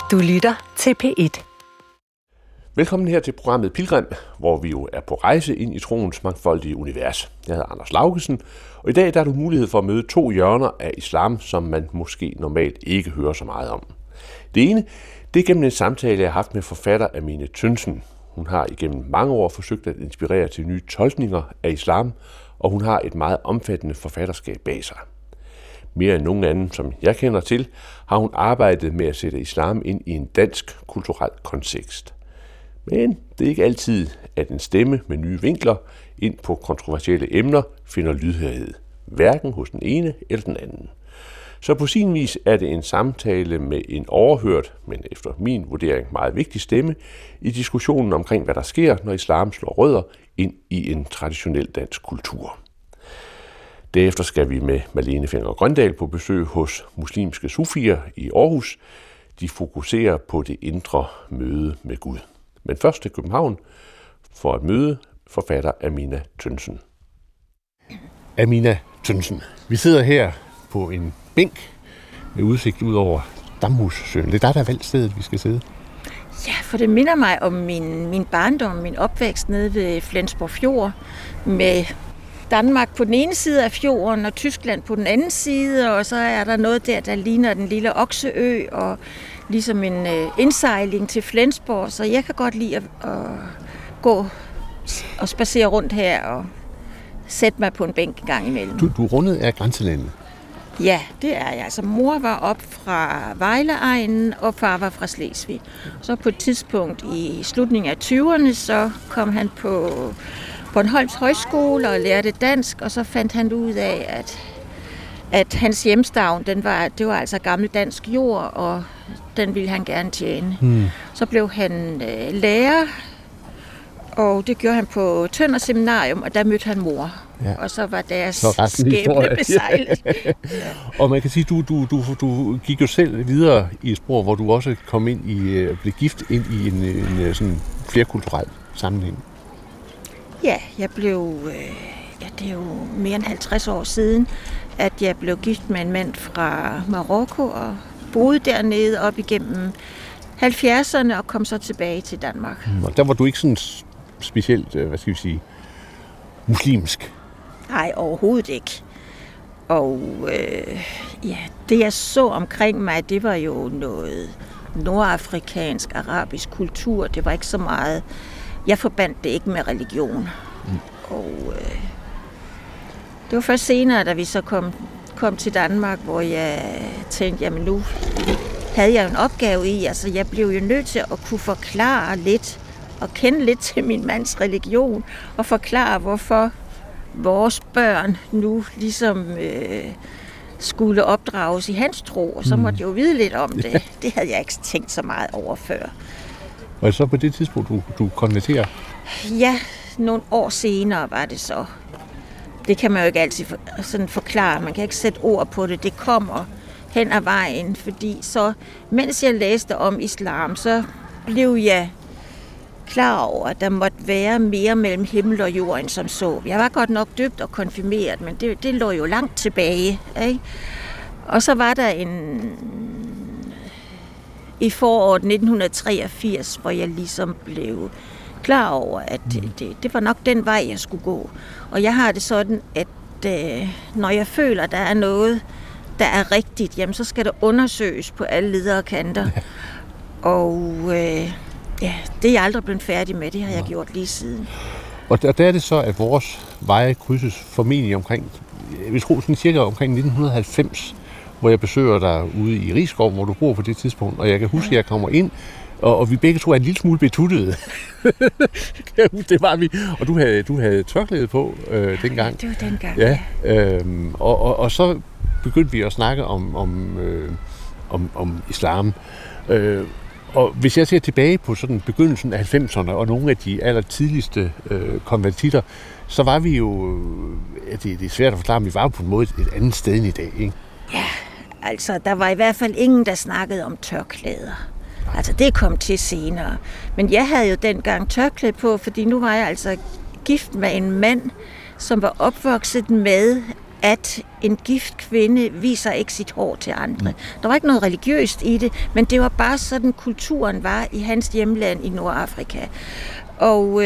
Du lytter til P1. Velkommen her til programmet Pilgrim, hvor vi jo er på rejse ind i troens mangfoldige univers. Jeg hedder Anders Laugesen, og i dag der har du mulighed for at møde to hjørner af islam, som man måske normalt ikke hører så meget om. Det ene, det er gennem en samtale, jeg har haft med forfatter Amine Tønnesen. Hun har igennem mange år forsøgt at inspirere til nye tolkninger af islam, og hun har et meget omfattende forfatterskab bag sig. Mere end nogen anden, som jeg kender til, har hun arbejdet med at sætte islam ind i en dansk kulturel kontekst. Men det er ikke altid, at en stemme med nye vinkler ind på kontroversielle emner finder lydhørhed, hverken hos den ene eller den anden. Så på sin vis er det en samtale med en overhørt, men efter min vurdering meget vigtig stemme, i diskussionen omkring, hvad der sker, når islam slår rødder ind i en traditionel dansk kultur. Derefter skal vi med Malene Fenger-Grøndahl på besøg hos muslimske sufier i Aarhus. De fokuserer på det indre møde med Gud. Men først til København for at møde forfatter Amina Tønnesen. Amina Tønnesen, vi sidder her på en bænk med udsigt ud over Damhussøen. Det er der har valgt stedet, vi skal sidde. Ja, for det minder mig om min barndom, min opvækst nede ved Flensborg Fjord, med Danmark på den ene side af fjorden og Tyskland på den anden side, og så er der noget der ligner den lille Okseø, og ligesom en indsejling til Flensborg, så jeg kan godt lide at gå og spacere rundt her og sætte mig på en bænk en gang imellem. Du er rundet af grænselandet? Ja, det er jeg. Altså, mor var op fra Vejleegnen, og far var fra Slesvig. Så på et tidspunkt i slutningen af 20'erne, så kom han på Bornholms Højskole og lærte dansk, og så fandt han ud af, at hans hjemstavn, det var altså gammel dansk jord, og den ville han gerne tjene. Så blev han lærer, og det gjorde han på Tønder Seminarium, og der mødte han mor. Ja. Og så var deres skæbne besejlet. Ja. Og man kan sige, du gik jo selv videre i et spor, hvor du også kom ind i, blev gift ind i en sådan flerkulturel sammenhæng. Ja, jeg blev, det er jo mere end 50 år siden, at jeg blev gift med en mand fra Marokko og boede dernede op igennem 70'erne og kom så tilbage til Danmark. Og der var du ikke sådan specielt, muslimsk? Nej, overhovedet ikke. Og det jeg så omkring mig, det var jo noget nordafrikansk, arabisk kultur. Det var ikke så meget. Jeg forbandt det ikke med religion. Og det var først senere, da vi så kom til Danmark, hvor jeg tænkte, jamen nu havde jeg en opgave i. Altså jeg blev jo nødt til at kunne forklare lidt og kende lidt til min mands religion og forklare, hvorfor vores børn nu ligesom skulle opdrages i hans tro, og så måtte jeg jo vide lidt om det. Det havde jeg ikke tænkt så meget over før. Og så på det tidspunkt, du konverterer? Ja, nogle år senere var det så. Det kan man jo ikke altid sådan forklare. Man kan ikke sætte ord på det. Det kommer hen ad vejen, fordi så, mens jeg læste om islam, så blev jeg klar over, at der måtte være mere mellem himmel og jord end som så. Jeg var godt nok døbt og konfirmeret, men det lå jo langt tilbage. Ikke? Og så var der i foråret 1983, hvor jeg ligesom blev klar over, at det var nok den vej, jeg skulle gå. Og jeg har det sådan, at når jeg føler, at der er noget, der er rigtigt, jamen så skal det undersøges på alle ledere og kanter. Ja. Og det er jeg aldrig blevet færdig med. Det har jeg gjort lige siden. Og der er det så, at vores veje krydses formentlig omkring, jeg vil tro sådan cirka omkring 1990, hvor jeg besøger dig ude i Risskov, hvor du bor på det tidspunkt. Og jeg kan huske, at jeg kommer ind, og vi begge to er en lille smule betuttede. Det var vi. Og du havde tørklæde på dengang. Det var dengang, ja. Og så begyndte vi at snakke om islam. Og hvis jeg ser tilbage på sådan begyndelsen af 90'erne og nogle af de allertidligste konvertitter, så var vi jo, det er svært at forklare, men vi var på en måde et andet sted end i dag, ikke? Ja, altså der var i hvert fald ingen, der snakkede om tørklæder. Altså det kom til senere. Men jeg havde jo dengang tørklæde på, fordi nu var jeg altså gift med en mand, som var opvokset med, at en gift kvinde viser ikke sit hår til andre. Der var ikke noget religiøst i det, men det var bare sådan, kulturen var i hans hjemland i Nordafrika. Og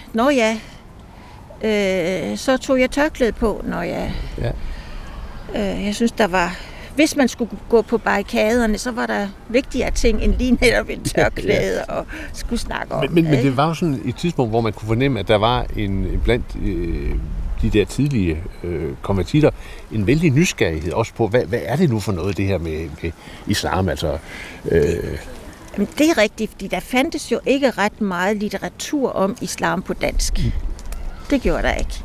så tog jeg tørklæde på, når jeg... Jeg synes, der var... Hvis man skulle gå på barrikaderne, så var der vigtigere ting end lige netop et tørklæde og skulle snakke om. Men det var jo sådan et tidspunkt, hvor man kunne fornemme, at der var blandt de der tidlige konvertitter en vældig nysgerrighed også på, hvad er det nu for noget, det her med islam? Altså, Jamen, det er rigtigt, fordi der fandtes jo ikke ret meget litteratur om islam på dansk. Det gjorde der ikke.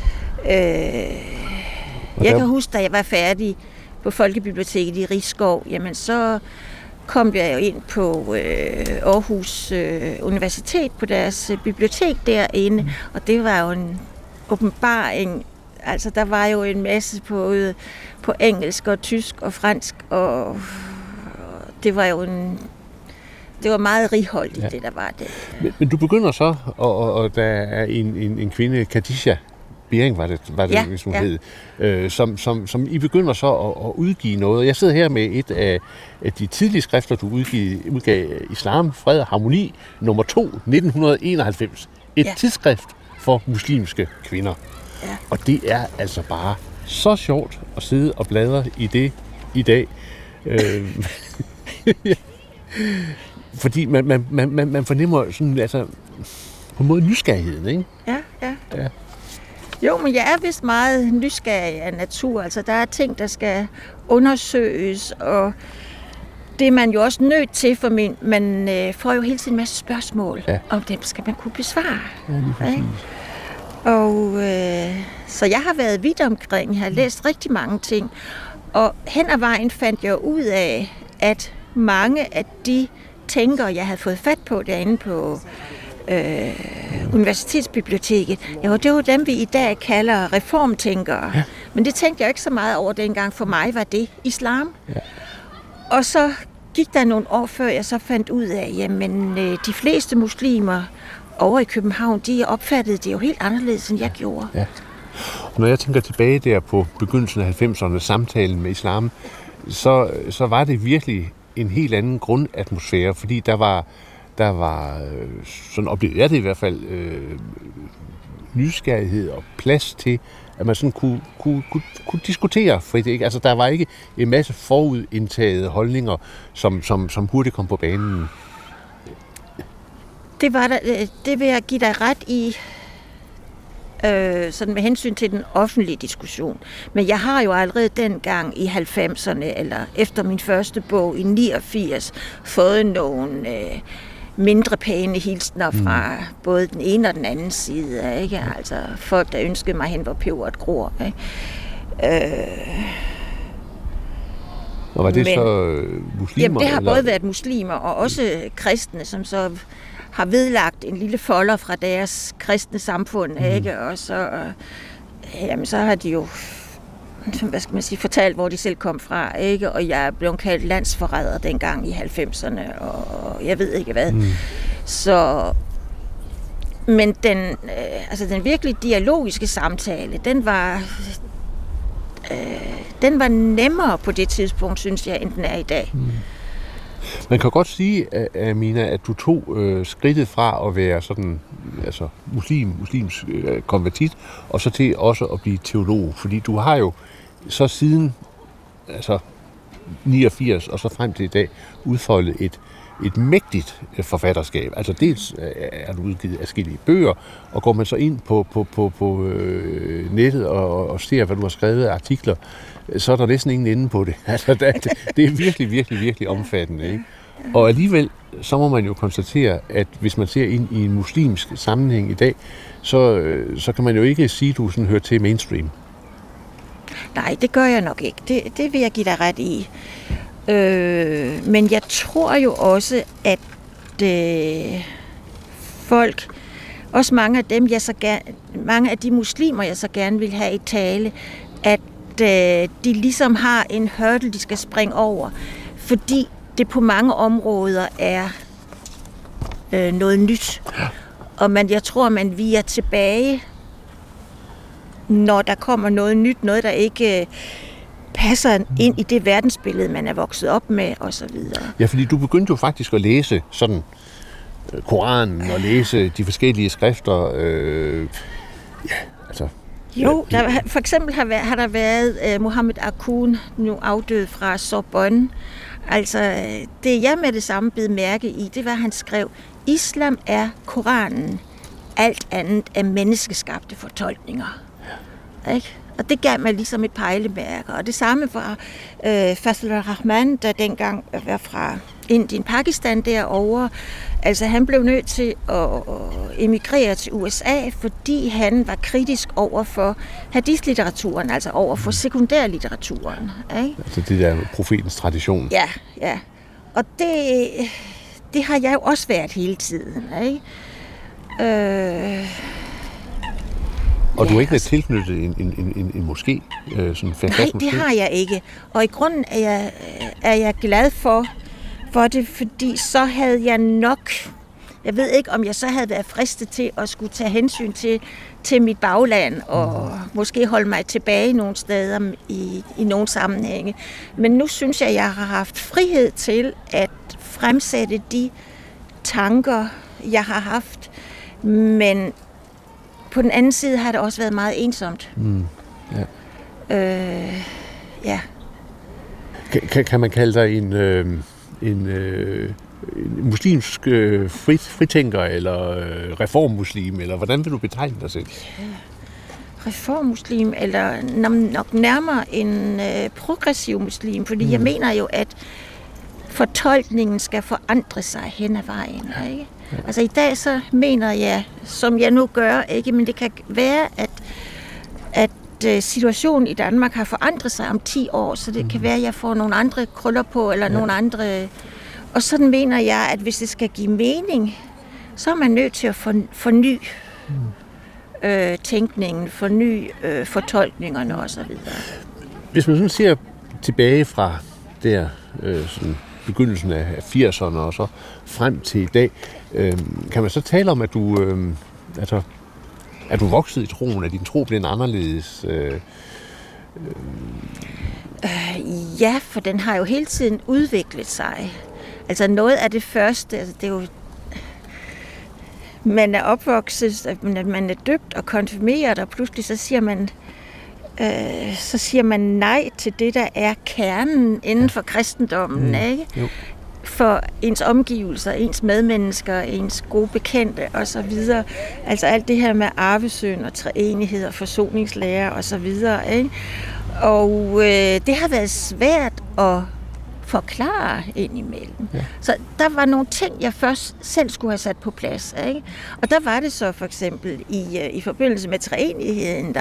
Jeg kan huske, da jeg var færdig på Folkebiblioteket i Risskov, jamen så kom jeg jo ind på Aarhus Universitet på deres bibliotek derinde, og det var jo en åbenbaring. Altså, der var jo en masse på engelsk og tysk og fransk, og det var jo det var meget righoldigt, det der var det. Men du begynder så, og der er en kvinde, Khadija Bering var det hvis hun hed, som I begynder så at udgive noget. Jeg sidder her med et af de tidlige skrifter, du udgav Islam, Fred og Harmoni, nummer 2, 1991. Et tidsskrift for muslimske kvinder. Ja. Og det er altså bare så sjovt at sidde og bladre i det i dag. Fordi man fornemmer sådan, altså, på en måde nysgerrigheden, ikke? Ja. Jo, men jeg er vist meget nysgerrig af natur. Altså, der er ting, der skal undersøges, og det er man jo også nødt til, for man får jo hele tiden en masse spørgsmål, og dem skal man kunne besvare. Ja, lige præcis. Og så jeg har været vidt omkring, jeg har læst rigtig mange ting, og hen ad vejen fandt jeg ud af, at mange af de tænkere, jeg havde fået fat på derinde på Universitetsbiblioteket, det var dem, vi i dag kalder reformtænkere. Ja. Men det tænkte jeg ikke så meget over dengang. For mig var det islam. Ja. Og så gik der nogle år før, jeg så fandt ud af, jamen de fleste muslimer over i København, de opfattede det jo helt anderledes, end jeg gjorde. Ja. Når jeg tænker tilbage der på begyndelsen af 90'erne, samtalen med islam, så var det virkelig en helt anden grundatmosfære, fordi der var sådan oplevede jeg det i hvert fald, nysgerrighed og plads til, at man sådan kunne diskutere frit, ikke? Altså, der var ikke en masse forudindtagede holdninger, som hurtigt kom på banen. Det var der, det vil jeg give dig ret i, sådan med hensyn til den offentlige diskussion. Men jeg har jo allerede dengang i 90'erne, eller efter min første bog i 89, fået nogle mindre pæne hilsner fra både den ene og den anden side. Ikke? Altså folk, der ønskede mig hen, hvor peberet gror. Ikke? Og var det så muslimer? Jamen, det har eller? Både været muslimer og også kristne, som så har vedlagt en lille folder fra deres kristne samfund, ikke? Og så, så har de jo, hvad skal man sige, fortalt, hvor de selv kom fra, ikke? Og jeg blev kaldt landsforræder dengang i 90'erne, og jeg ved ikke hvad. Så, men den virkelig dialogiske samtale, den var nemmere på det tidspunkt, synes jeg, end den er i dag. Man kan godt sige, Amina, at du tog skridtet fra at være sådan, altså muslims konvertit, og så til også at blive teolog, fordi du har jo så siden 89 og så frem til i dag udfoldet et mægtigt forfatterskab. Altså dels er du udgivet adskillige bøger, og går man så ind på nettet og ser, hvad du har skrevet af artikler, så er der næsten ingen ende på det. Altså, det er virkelig, virkelig, virkelig omfattende, ikke? Og alligevel, så må man jo konstatere, at hvis man ser ind i en muslimsk sammenhæng i dag, så kan man jo ikke sige, at du sådan hører til mainstream. Nej, det gør jeg nok ikke. Det vil jeg give dig ret i. Men jeg tror jo også, at folk, også mange af de muslimer, jeg så gerne vil have i tale, at de ligesom har en hurdle, de skal springe over, fordi det på mange områder er noget nyt. Og jeg tror, man viger tilbage når der kommer noget nyt, noget der ikke passer ind i det verdensbillede, man er vokset op med, og så videre. Ja, fordi du begyndte jo faktisk at læse sådan Koranen og læse de forskellige skrifter. Jo, for eksempel har der været Mohammed Akun, nu afdød fra Sorbonne. Altså, det jeg med det samme bed mærke i, det var, at han skrev, islam er Koranen, alt andet er menneskeskabte fortolkninger. Ja. Ikke? Og det gav mig ligesom et pejlemærke. Og det samme var Fazlur Rahman, der dengang var fra Indien, Pakistan derovre. Altså han blev nødt til at emigrere til USA, fordi han var kritisk over for hadith-litteraturen, altså over for sekundærlitteraturen. Ikke? Altså det der profetens tradition. Ja. Og det har jeg jo også været hele tiden. Ikke? Og du har ikke været tilknyttet en moské? Nej, det har jeg ikke. Og i grunden er jeg glad for det, fordi så havde jeg nok... Jeg ved ikke, om jeg så havde været fristet til at skulle tage hensyn til mit bagland og måske holde mig tilbage nogle steder i nogle sammenhænge. Men nu synes jeg har haft frihed til at fremsætte de tanker, jeg har haft. Men på den anden side har det også været meget ensomt. Ja. Kan man kalde dig en muslimsk fritænker eller reformmuslim, eller hvordan vil du betegne dig selv? Reformmuslim, eller nok nærmere en progressiv muslim, fordi jeg mener jo, at fortolkningen skal forandre sig hen ad vejen. Ikke? Ja. Altså i dag så mener jeg, som jeg nu gør, ikke, men det kan være, at situationen i Danmark har forandret sig om 10 år, så det kan være, at jeg får nogle andre krøller på, eller nogle andre... Og sådan mener jeg, at hvis det skal give mening, så er man nødt til at forny tænkningen, forny fortolkningerne osv. Hvis man sådan ser tilbage fra der sådan begyndelsen af 80'erne og så frem til i dag, kan man så tale om, at du er du vokset i troen, at din tro blev anderledes? Ja, for den har jo hele tiden udviklet sig. Altså noget af det første, altså det er jo, man er opvokset, man er døbt og konfirmeret, og pludselig så siger man nej til det, der er kernen inden for kristendommen, ikke? Jo. For ens omgivelser, ens medmennesker, ens gode bekendte osv. Altså alt det her med arvesyn og treenighed og forsoningslære osv. Ikke? Og det har været svært at forklare indimellem. Ja. Så der var nogle ting, jeg først selv skulle have sat på plads. Ikke? Og der var det så for eksempel i forbindelse med treenigheden,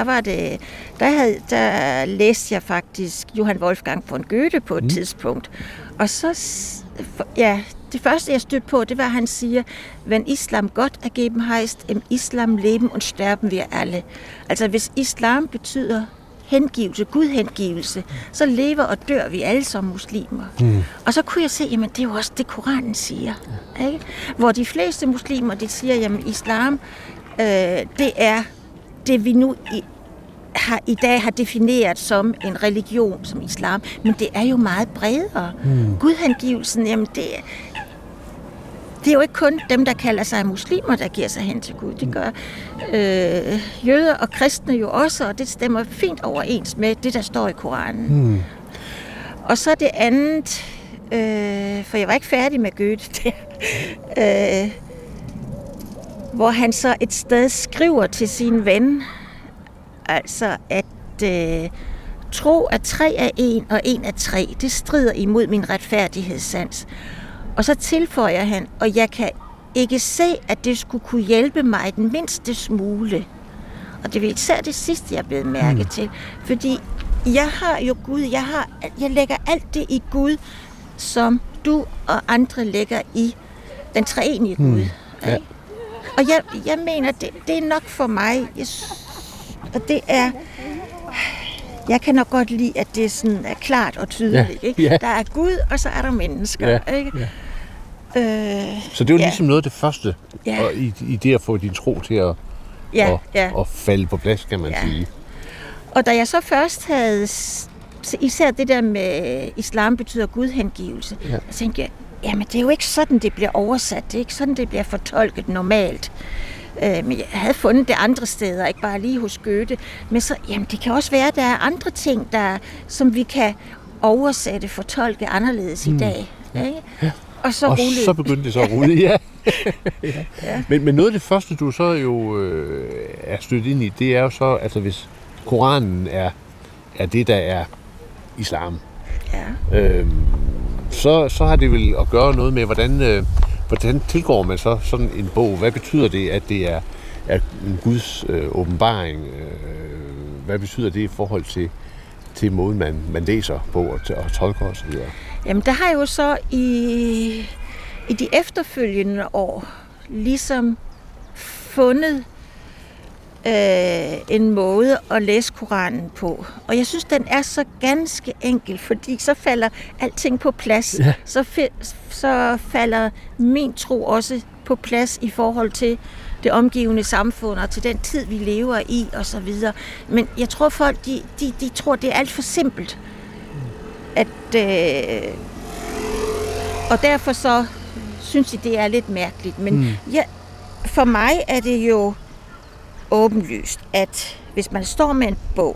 der læste jeg faktisk Johann Wolfgang von Goethe på et tidspunkt. Og så, det første jeg stødte på, det var, at han siger, wenn Islam Gott ergeben heißt, im Islam leben und sterben wir alle. Altså hvis islam betyder hengivelse, gudhengivelse, så lever og dør vi alle som muslimer. Og så kunne jeg se, jamen det er jo også det, Koranen siger. Ikke? Hvor de fleste muslimer, de siger, jamen islam, det er det, vi nu i dag har defineret som en religion, som islam, men det er jo meget bredere. Gudhengivelsen, jamen det er jo ikke kun dem, der kalder sig muslimer, der giver sig hen til Gud. Det gør jøder og kristne jo også, og det stemmer fint overens med det, der står i Koranen. Og så det andet, for jeg var ikke færdig med Goethe der, hvor han så et sted skriver til sin ven, altså at tro, at 3 er 1 og 1 er 3, det strider imod min retfærdighedssans. Og så tilføjer han, og jeg kan ikke se, at det skulle kunne hjælpe mig den mindste smule. Og det er især det sidste, jeg er blevet mærke til. Fordi jeg har jo Gud, jeg lægger alt det i Gud, som du og andre lægger i den treenige Gud. Ja. Og jeg mener, det er nok for mig. Og det er... Jeg kan nok godt lide, at det sådan er klart og tydeligt. Ikke? Der er Gud, og så er der mennesker. Ikke? Så det er jo ligesom noget af det første i det at få din tro til at falde på plads, kan man sige. Og da jeg så først havde, især det der med islam betyder gudhengivelse, så tænkte jeg, jamen det er jo ikke sådan, det bliver oversat, det er ikke sådan, det bliver fortolket normalt. Men jeg havde fundet det andre steder, ikke bare lige hos Goethe. Men så, jamen det kan også være, at der er andre ting, som vi kan oversætte, fortolke anderledes i dag. Ikke? Ja. Og så begyndte det så at rulle, ja. Ja. Men noget af det første, du så jo er stødt ind i, det er jo så, altså hvis Koranen er det, der er islam, så har det vel at gøre noget med, hvordan tilgår man så sådan en bog? Hvad betyder det, at det er en Guds åbenbaring? Hvad betyder det i forhold til måden, man læser på og tolker osv.? Jamen, der har jo så i de efterfølgende år ligesom fundet en måde at læse Koranen på. Og jeg synes, den er så ganske enkel, fordi så falder alting på plads. Ja. Så falder min tro også på plads i forhold til det omgivende samfund og til den tid, vi lever i osv. Men jeg tror, folk de tror, det er alt for simpelt. Og derfor så synes de, det er lidt mærkeligt. Men for mig er det jo åbenlyst, at hvis man står med en bog,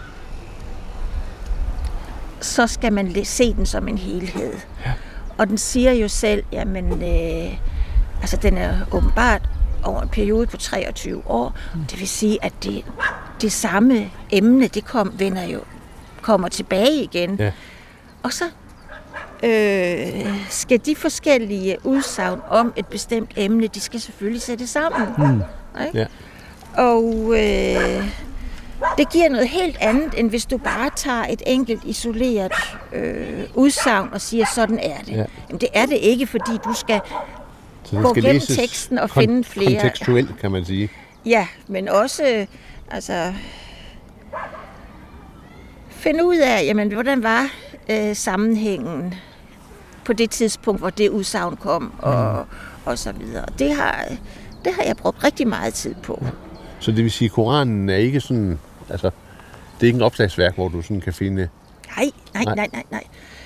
så skal man se den som en helhed. Ja. Og den siger jo selv, jamen, altså den er åbenbart over en periode på 23 år. Det vil sige, at det samme emne, det kommer tilbage igen. Ja. Og så skal de forskellige udsagn om et bestemt emne, de skal selvfølgelig sættes sammen. Ja. Og det giver noget helt andet, end hvis du bare tager et enkelt isoleret udsagn og siger, sådan er det. Ja. Jamen, det er det ikke, fordi du skal gå gennem teksten og finde flere. Kontekstuelt, kan man sige. Ja, men også finde ud af, jamen, hvordan var sammenhængen på det tidspunkt, hvor det udsagn kom, og så videre. Det har jeg brugt rigtig meget tid på. Ja. Så det vil sige, at Koranen er ikke sådan, altså, det er ikke en opslagsværk, hvor du sådan kan finde... Nej.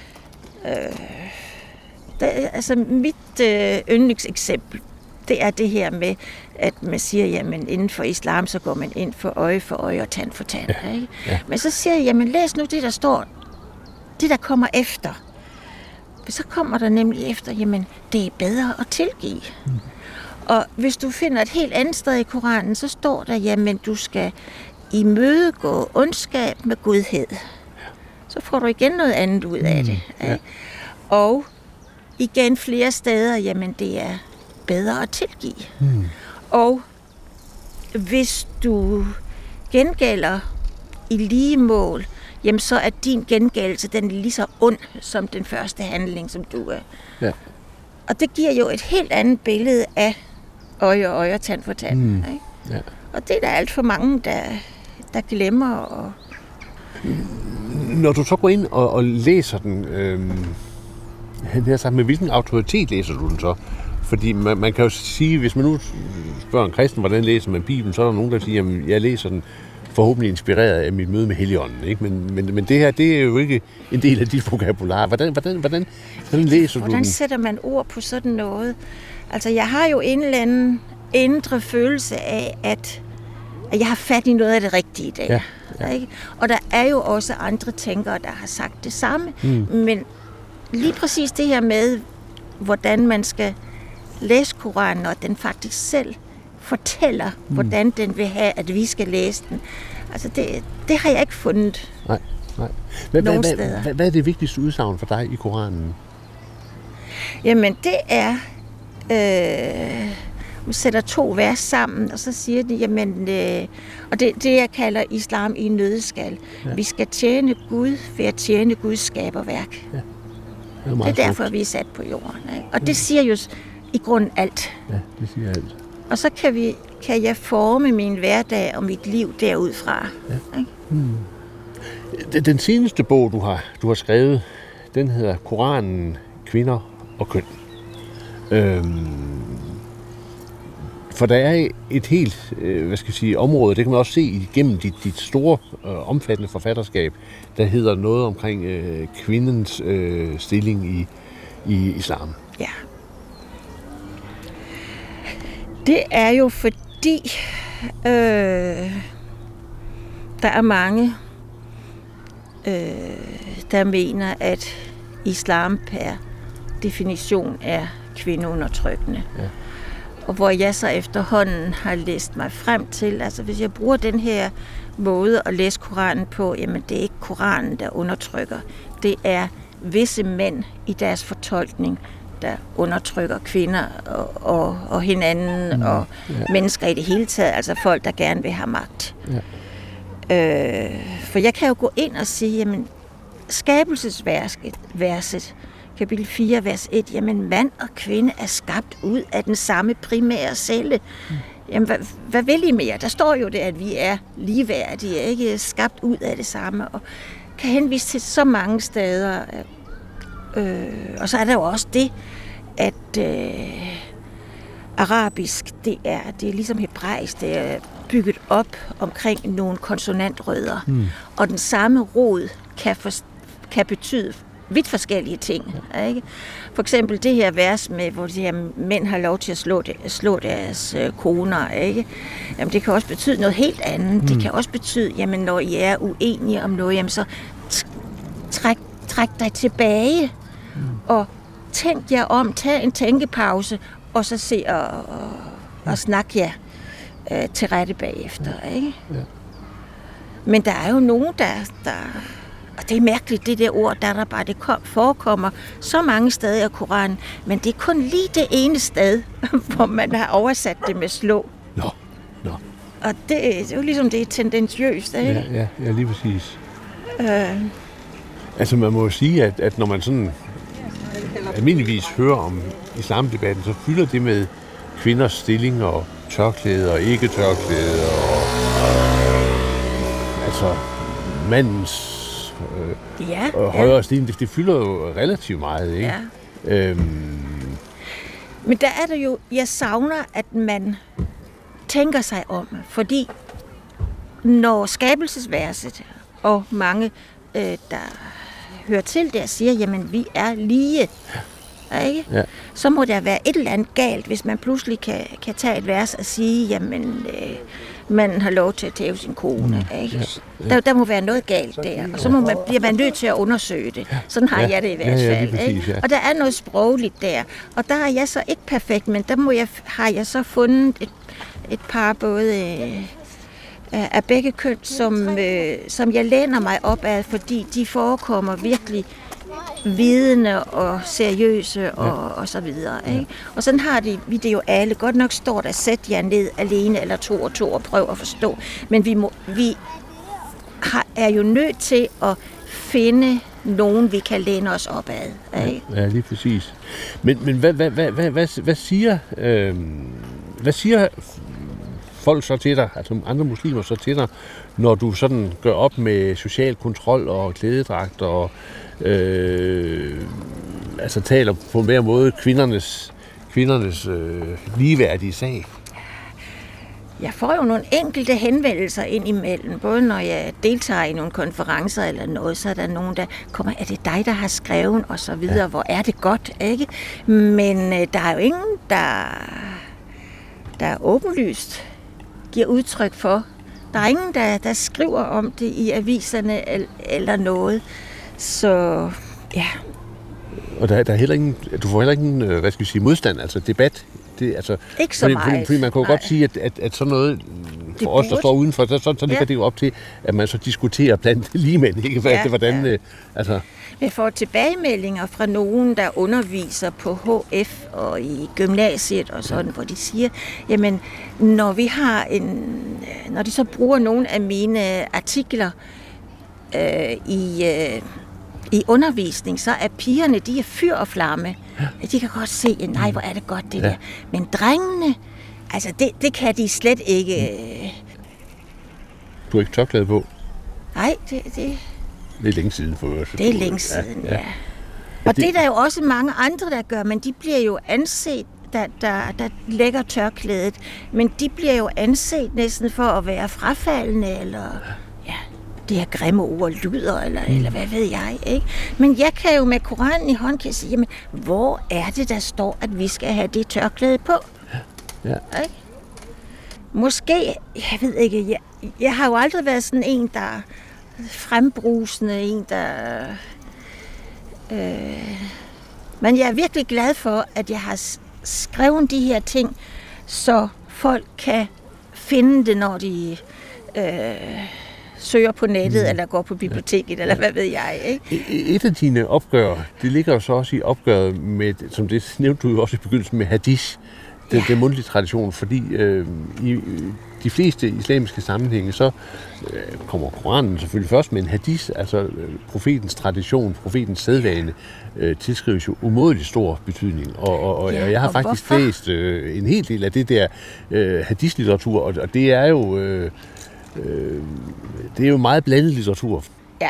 Altså, mit yndlingseksempel, det er det her med, at man siger, jamen, inden for islam, så går man ind for øje og tand for tand. Ja. Ikke? Ja. Men så siger jeg, jamen, læs nu det, der står, det, der kommer efter. Så kommer der nemlig efter, jamen, det er bedre at tilgive. Og hvis du finder et helt andet sted i Koranen, så står der, jamen, du skal imødegå ondskab med godhed. Så får du igen noget andet ud af det. Ja. Og igen flere steder, jamen, det er bedre at tilgive. Og hvis du gengælder i lige mål, jamen, så er din gengældelse, den er lige så ond som den første handling, som du er. Ja. Og det giver jo et helt andet billede af øje og tand for tand. Ikke? Ja. Og det er der alt for mange, der glemmer. Og... Når du så går ind og læser den, med hvilken autoritet læser du den så? Fordi man kan jo sige, hvis man nu spørger en kristen, hvordan læser man Bibelen, så er der nogen, der siger, jamen, jeg læser den forhåbentlig inspireret af mit møde med Helligånden. Ikke? Men det her, det er jo ikke en del af dit vokabular. Hvordan læser du den? Hvordan sætter man ord på sådan noget? Altså, jeg har jo en eller anden indre følelse af, at jeg har fat i noget af det rigtige i dag. Ja. Ikke? Og der er jo også andre tænkere, der har sagt det samme. Men lige præcis det her med, hvordan man skal læse Koranen, og den faktisk selv fortæller, hvordan den vil have, at vi skal læse den. Altså, det har jeg ikke fundet nogen steder. Hvad er det vigtigste udsagn for dig i Koranen? Jamen, det er... vi sætter 2 vers sammen, og så siger de, jamen... og det jeg kalder islam i nøddeskal. Ja. Vi skal tjene Gud ved at tjene Guds skaberværk. Ja. Det er derfor, vi er sat på jorden. Ikke? Og det siger jo i grunden alt. Ja, det siger alt. Og så kan jeg forme min hverdag og mit liv derudfra. Ja. Ikke? Den seneste bog, du har skrevet, den hedder Koranen, kvinder og køn. For der er et helt, område, det kan man også se igennem dit store, omfattende forfatterskab, der hedder noget omkring kvindens stilling i islam. Ja. Det er jo fordi, der er mange, der mener, at islam per definition er kvindeundertrykkende. Ja. Og hvor jeg så efterhånden har læst mig frem til, altså hvis jeg bruger den her måde at læse Koranen på, jamen det er ikke Koranen, der undertrykker. Det er visse mænd i deres fortolkning, der undertrykker kvinder og hinanden og mennesker i det hele taget, altså folk, der gerne vil have magt. Ja. For jeg kan jo gå ind og sige, jamen skabelsesverset, kapitel 4, vers 1, jamen mand og kvinde er skabt ud af den samme primære celle. Jamen hvad vil I mere? Der står jo det, at vi er ligeværdige, ikke skabt ud af det samme, og kan henvise til så mange steder. Og så er der jo også det, at arabisk, det er ligesom hebraisk, det er bygget op omkring nogle konsonantrødder. Og den samme rod kan betyde vidt forskellige ting. Ja. Ikke? For eksempel det her vers med, hvor de her mænd har lov til at slå deres koner. Ikke? Jamen, det kan også betyde noget helt andet. Det kan også betyde, jamen, når I er uenige om noget, jamen, så træk dig tilbage og tænk jer om, tag en tænkepause, og så se og snak jer til rette bagefter. Ikke? Ja. Men der er jo nogen, der og det er mærkeligt, det der ord, der bare det forekommer så mange steder i Koranen, men det er kun lige det ene sted, hvor man har oversat det med slå. Nå. Og det er jo ligesom, det er tendensiøst, ikke? Ja, lige præcis. Altså man må jo sige, at når man sådan almindeligvis hører om islamdebatten, så fylder det med kvinders stilling og tørklæder og ikke tørklæder og altså mandens højere stilling, det fylder jo relativt meget, ikke? Ja. Men der er det jo, jeg savner, at man tænker sig om, fordi når skabelsesverset og mange, der hører til der, siger, jamen vi er lige, ikke? Ja. Så må der være et eller andet galt, hvis man pludselig kan tage et vers og sige, jamen man har lov til at tæve sin kone. Ikke? Ja. Der må være noget galt der, og så bliver man nødt til at undersøge det. Sådan har jeg det i hvert fald. Præcis, ikke? Og der er noget sprogligt der, og der er jeg så ikke perfekt, men der har jeg så fundet et par både af begge køn, som jeg læner mig op af, fordi de forekommer virkelig vidende og seriøse og så videre. Ikke? Og sådan har vi det jo alle. Godt nok står der, sæt jer ned alene eller to og prøv at forstå. Men vi er jo nødt til at finde nogen, vi kan læne os op ad. Ikke? Ja, lige præcis. Men hvad siger folk så til dig, altså andre muslimer så til dig, når du sådan gør op med social kontrol og klædedragt og altså taler på en mere måde kvindernes ligeværdige sag? Jeg får jo nogle enkelte henvendelser ind imellem, både når jeg deltager i nogle konferencer eller noget, så er der nogen, der kommer, er det dig, der har skrevet, og så videre, hvor er det godt, ikke? Men der er jo ingen, der åbenlyst giver udtryk for. Der er ingen, der skriver om det i aviserne eller noget. Så ja. Og der er heller ingen, du får heller ingen, modstand, altså debat. Det, altså, ikke så meget. Fordi man kan jo godt sige, at sådan noget, for os, der står udenfor, så ligger det jo op til, at man så diskuterer blandt ligemænd, ikke? Hvordan. Jeg får tilbagemeldinger fra nogen, der underviser på HF og i gymnasiet og sådan, hvor de siger, jamen, når de så bruger nogle af mine artikler i undervisning, så er pigerne, de er fyr og flamme. De kan godt se, nej, hvor er det godt det der. Men drengene, altså det kan de slet ikke. Du har ikke tørklæde på? Nej, det er længe siden for os. Det er længe siden, ja. Og det er der jo også mange andre, der gør, men de bliver jo anset der lægger tørklædet, men de bliver jo anset næsten for at være frafaldende, eller ja, det her grimme ord lyder, eller hvad ved jeg, ikke? Men jeg kan jo med Koranen i hånden kan sige, jamen, hvor er det, der står, at vi skal have det tørklæde på? Ja. Ikke? Måske, jeg ved ikke, jeg har jo aldrig været sådan en, der er frembrusende, en, der... Men jeg er virkelig glad for, at jeg har skrevet de her ting, så folk kan finde det, når de søger på nettet, eller går på biblioteket, eller hvad ved jeg, ikke? Et af dine opgør, det ligger jo så også i opgøret med, som det nævnte du jo også i begyndelsen, med hadith, den mundtlige tradition, fordi i de fleste islamiske sammenhænge, så kommer Koranen selvfølgelig først, men hadith, altså profetens tradition, profetens sædvane, tilskrives jo umådeligt stor betydning. Og jeg har faktisk læst en hel del af det der hadith-litteratur, og det er jo meget blandet litteratur. Ja.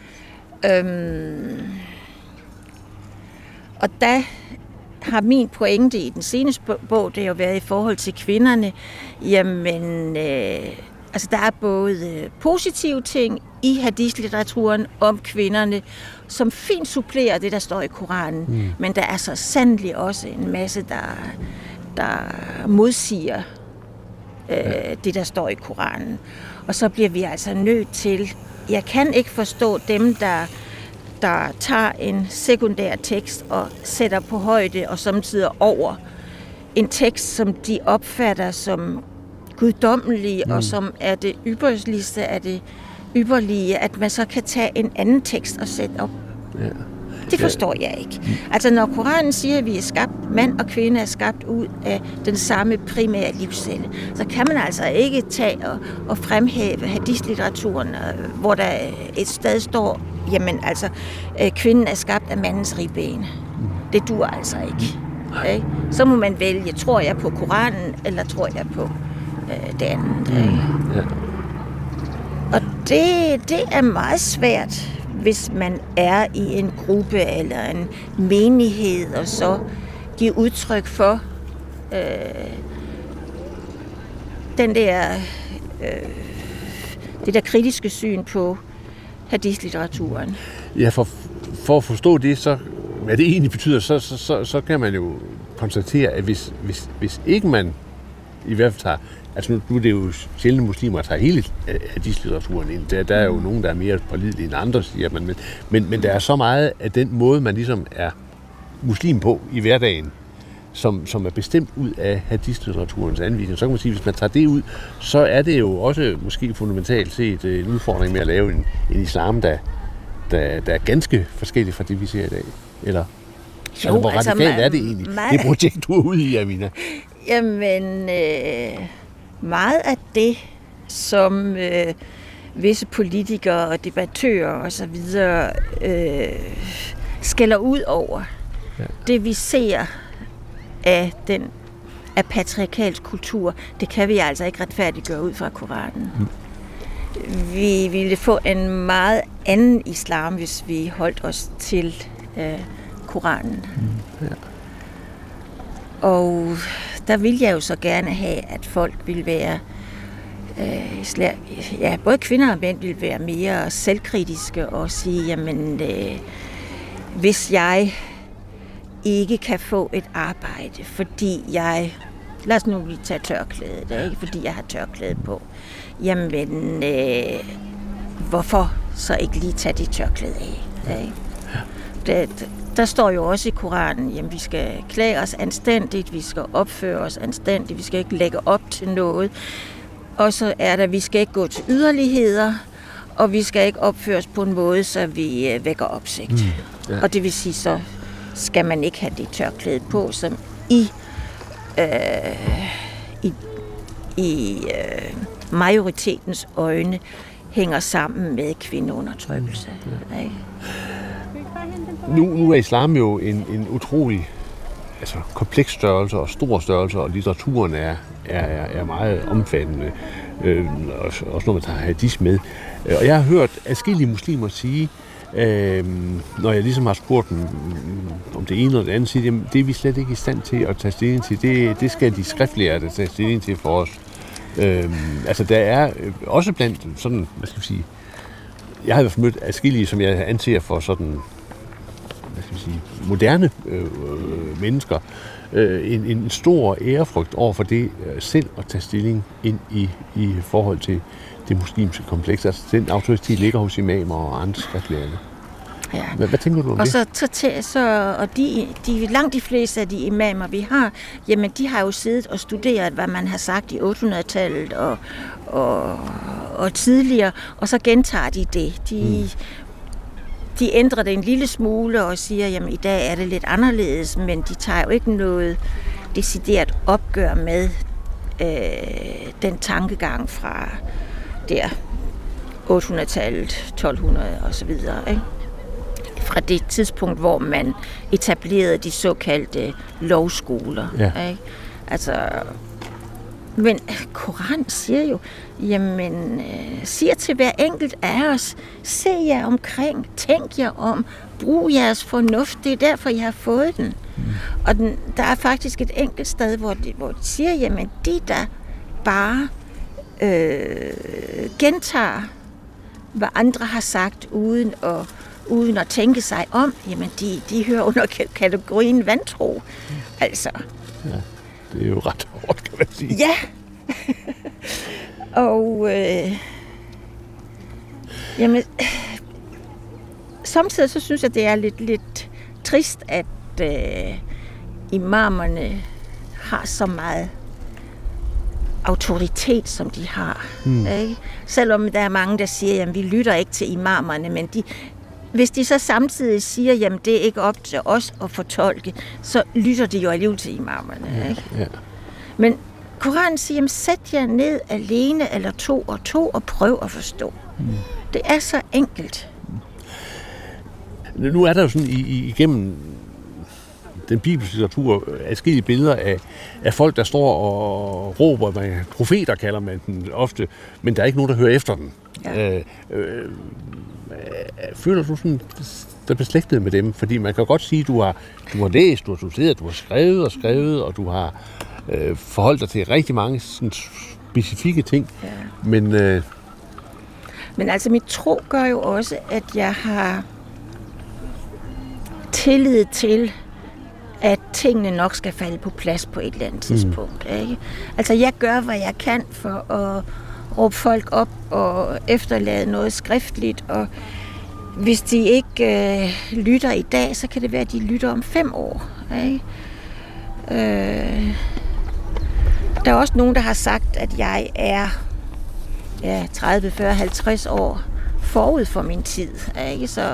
Og der har min pointe i den seneste bog, det har jo været i forhold til kvinderne. Jamen, altså der er både positive ting i hadith-litteraturen om kvinderne, som fint supplerer det, der står i Koranen. Men der er så sandelig også en masse, der modsiger det, der står i Koranen. Og så bliver vi altså nødt til... Jeg kan ikke forstå dem, der tager en sekundær tekst og sætter på højde og samtidig over en tekst, som de opfatter som guddommelig, og som er det ypperligste af det ypperlige, at man så kan tage en anden tekst og sætte op. Ja. Det forstår jeg ikke. Altså når Koranen siger, at vi er skabt, mand og kvinde er skabt ud af den samme primære livscelle, så kan man altså ikke tage og fremhæve hadith-litteraturen, hvor der et sted står, jamen altså, kvinden er skabt af mandens ribben. Det dur altså ikke. Okay? Så må man vælge, tror jeg på Koranen, eller tror jeg på det andet. Ja. Og det er meget svært, hvis man er i en gruppe eller en menighed, og så give udtryk for det der kritiske syn på hadith-litteraturen. Ja, for at forstå det, så hvad det egentlig betyder, så kan man jo konstatere, at hvis ikke man i hvert fald tager, altså nu er det jo sjældent muslimer, der tager hele hadith-litteraturen ind. Der er jo nogen, der er mere pålidelige end andre, siger man. Men der er så meget af den måde, man ligesom er muslim på i hverdagen, som er bestemt ud af hadith-litteraturens anvisning. Så kan man sige, at hvis man tager det ud, så er det jo også måske fundamentalt set en udfordring med at lave en islam, der er ganske forskellig fra det, vi ser i dag. Eller jo, hvor radikalt er det egentlig? Det projekt, du er ude i, Amina. Jamen, meget af det, som visse politikere og debattører og så videre skælder ud over, det vi ser af patriarkalsk kultur, det kan vi altså ikke retfærdiggøre ud fra Koranen. Vi ville få en meget anden islam, hvis vi holdt os til Koranen. Og der vil jeg jo så gerne have, at folk vil være, både kvinder og mænd vil være mere selvkritiske og sige, jamen, hvis jeg ikke kan få et arbejde, fordi lad os nu lige tage tørklædet, ikke? Fordi jeg har tørklæde på, jamen, hvorfor så ikke lige tage det tørklæde af? Ikke? Der står jo også i Koranen, jamen vi skal klæde os anstændigt, vi skal opføre os anstændigt, vi skal ikke lægge op til noget. Og så er der, vi skal ikke gå til yderligheder, og vi skal ikke opføre os på en måde, så vi vækker opsigt. Og det vil sige, så skal man ikke have det tørklæde på, som i majoritetens øjne hænger sammen med kvindeundertrykkelse. Nu er islam jo en utrolig kompleks størrelse og stor størrelse, og litteraturen er meget omfattende, også når man tager hadith med. Og jeg har hørt adskillige muslimer sige, når jeg ligesom har spurgt dem om det ene eller det andet, siger de, det er vi slet ikke i stand til at tage stilling til. Det skal de skriftlærte tage stilling til for os. Altså der er også blandt sådan, hvad skal vi sige, jeg har i hvert fald mødt adskillige, som jeg anser for sådan, hvad skal vi sige, moderne mennesker, en stor ærefrygt over for det selv at tage stilling ind i forhold til det muslimske kompleks. Altså den autoritet ligger hos imamer og andre skriftlærte. Ja. Hvad tænker du om det? Og langt de fleste af de imamer, vi har, jamen de har jo siddet og studeret, hvad man har sagt i 800-tallet og tidligere, og så gentager de det. De ændrer det en lille smule og siger, jamen i dag er det lidt anderledes, men de tager jo ikke noget decideret opgør med den tankegang fra der 800-tallet, 1200 og så videre, ikke? Fra det tidspunkt, hvor man etablerede de såkaldte lovskoler. Ja. Ikke? Altså, men Koranen siger jo, jamen, siger til hver enkelt af os, se jer omkring, tænk jer om, brug jeres fornuft, det er derfor, jeg har fået den. Og der er faktisk et enkelt sted, hvor de siger, jamen, de der bare gentager, hvad andre har sagt, uden at tænke sig om, jamen de hører under kategorien vantro. Altså. Ja, det er jo ret hårdt, kan man sige. Ja. Og jamen, samtidig så synes jeg, det er lidt trist, at imamerne har så meget autoritet, som de har. Ikke? Selvom der er mange, der siger, jamen vi lytter ikke til imamerne, men hvis de så samtidig siger, jamen det er ikke op til os at fortolke, så lytter de jo alligevel til imamerne. Ikke? Ja. Men Koranen siger, jamen sæt jer ned alene eller to og prøv at forstå. Det er så enkelt. Nu er der jo sådan igennem den bibelske litteratur adskillige billeder af folk, der står og råber, profeter kalder man dem ofte, men der er ikke nogen, der hører efter dem. Ja. Føler du sådan, der er beslægtet med dem? Fordi man kan godt sige, at du har læst, du har studeret, du har skrevet, og du har forholdt dig til rigtig mange sådan specifikke ting. Ja. Men altså, mit tro gør jo også, at jeg har tillid til, at tingene nok skal falde på plads på et eller andet tidspunkt. Ikke? Altså, jeg gør, hvad jeg kan for at råbe folk op og efterlade noget skriftligt, og hvis de ikke lytter i dag, så kan det være, at de lytter om 5 år. Ikke? Der er også nogen, der har sagt, at jeg er 30, 40, 50 år forud for min tid. Ikke? Så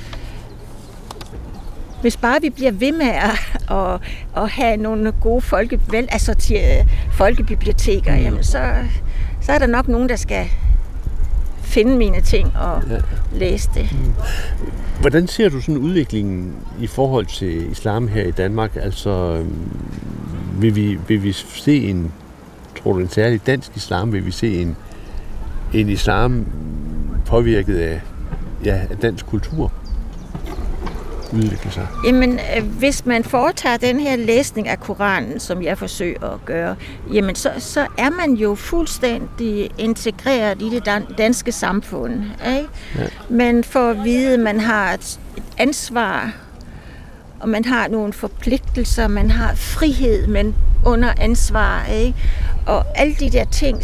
hvis bare vi bliver ved med at have nogle gode folkebiblioteker, jamen så er der nok nogen, der skal finde mine ting og læse det. Hvordan ser du sådan udviklingen i forhold til islam her i Danmark? Altså, vil vi se tror du en særlig dansk islam? Vil vi se en islam påvirket af dansk kultur udvikle sig? Jamen, hvis man foretager den her læsning af Koranen, som jeg forsøger at gøre, jamen så er man jo fuldstændig integreret i det danske samfund. Ikke? Ja. Man får at vide, at man har et ansvar, og man har nogle forpligtelser, man har frihed, men under ansvar. Ikke? Og alle de der ting,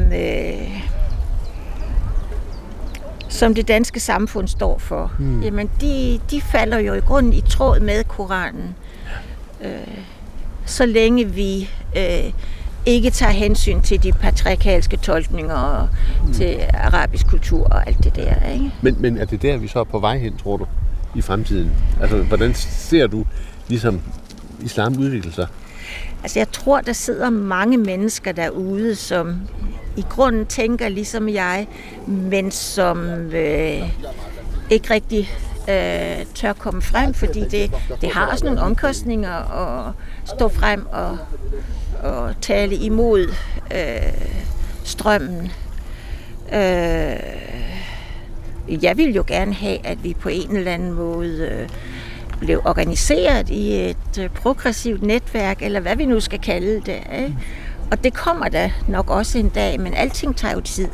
som det danske samfund står for, jamen de falder jo i grunden i tråd med Koranen. Så længe vi ikke tager hensyn til de patriarkalske tolkninger og til arabisk kultur og alt det der. Ikke? Men er det der, vi så er på vej hen, tror du, i fremtiden? Altså, hvordan ser du ligesom islam udvikle sig? Altså, jeg tror, der sidder mange mennesker derude, som i grunden tænker ligesom jeg, men som ikke rigtig tør komme frem, fordi det har også nogle omkostninger at stå frem og tale imod jeg vil jo gerne have, at vi på en eller anden måde blev organiseret i et progressivt netværk, eller hvad vi nu skal kalde det. Ikke? Og det kommer da nok også en dag, men alting tager jo tid.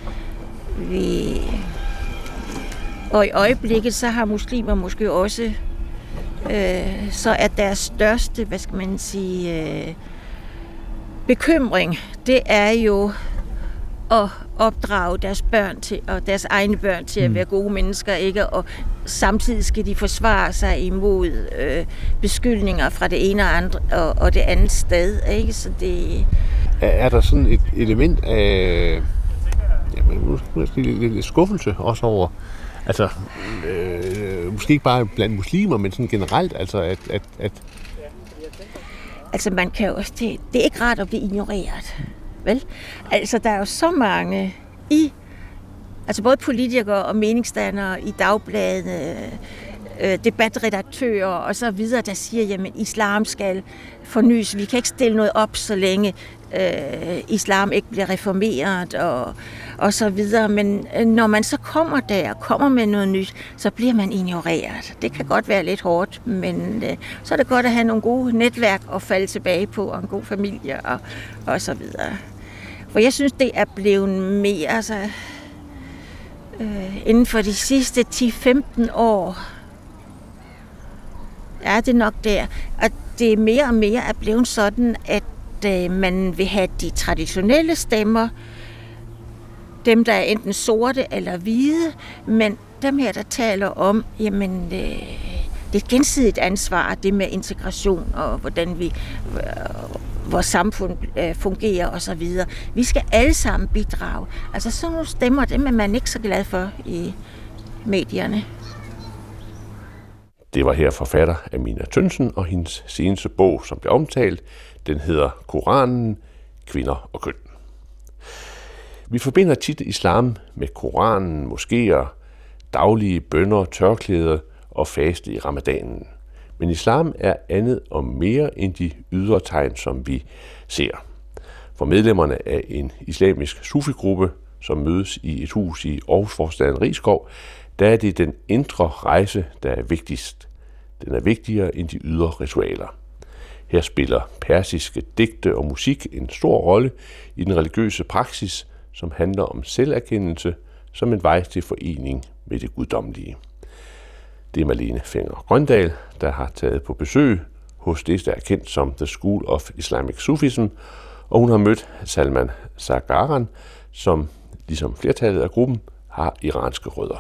Og i øjeblikket, så har muslimer måske også, så er deres største, hvad skal man sige, bekymring, det er jo at opdrage deres børn til, og deres egne børn til at være gode mennesker, ikke? Og samtidig skal de forsvare sig imod beskyldninger fra det ene og andre og det andet sted, ikke? Så det er der sådan et element af måske lidt skuffelse også over, altså måske ikke bare blandt muslimer, men sådan generelt, altså at altså man kan jo også, det er ikke rart at blive ignoreret, vel? Altså der er jo så mange altså både politikere og meningsdannere i dagbladene, debatredaktører og så videre, der siger, jamen islam skal fornyes, vi kan ikke stille noget op, så længe islam ikke bliver reformeret og så videre, men når man så kommer med noget nyt, så bliver man ignoreret. Det kan godt være lidt hårdt, men så er det godt at have nogle gode netværk at falde tilbage på, og en god familie og så videre. For jeg synes, det er blevet mere, altså inden for de sidste 10-15 år, er det nok der, at det mere og mere er blevet sådan, at man vil have de traditionelle stemmer, dem der er enten sorte eller hvide, men dem her, der taler om, jamen det er et gensidigt ansvar, det med integration og hvordan vores samfund fungerer og så videre. Vi skal alle sammen bidrage. Altså sådan nogle stemmer, dem er man ikke så glad for i medierne. Det var her forfatter Amina Tønnesen, og hendes seneste bog, som blev omtalt, den hedder Koranen, kvinder og køn. Vi forbinder tit islam med Koranen, moskéer, daglige bønner, tørklæder og faste i ramadanen. Men islam er andet og mere end de ydre tegn, som vi ser. For medlemmerne af en islamisk sufigruppe, som mødes i et hus i Aarhus-forstaden Rigskov, der er det den indre rejse, der er vigtigst. Den er vigtigere end de ydre ritualer. Her spiller persiske digte og musik en stor rolle i den religiøse praksis, som handler om selverkendelse som en vej til forening med det guddommelige. Det er Malene Fenger Grøndal, der har taget på besøg hos det, der er kendt som The School of Islamic Sufism, og hun har mødt Salman Zagaran, som ligesom flertallet af gruppen har iranske rødder.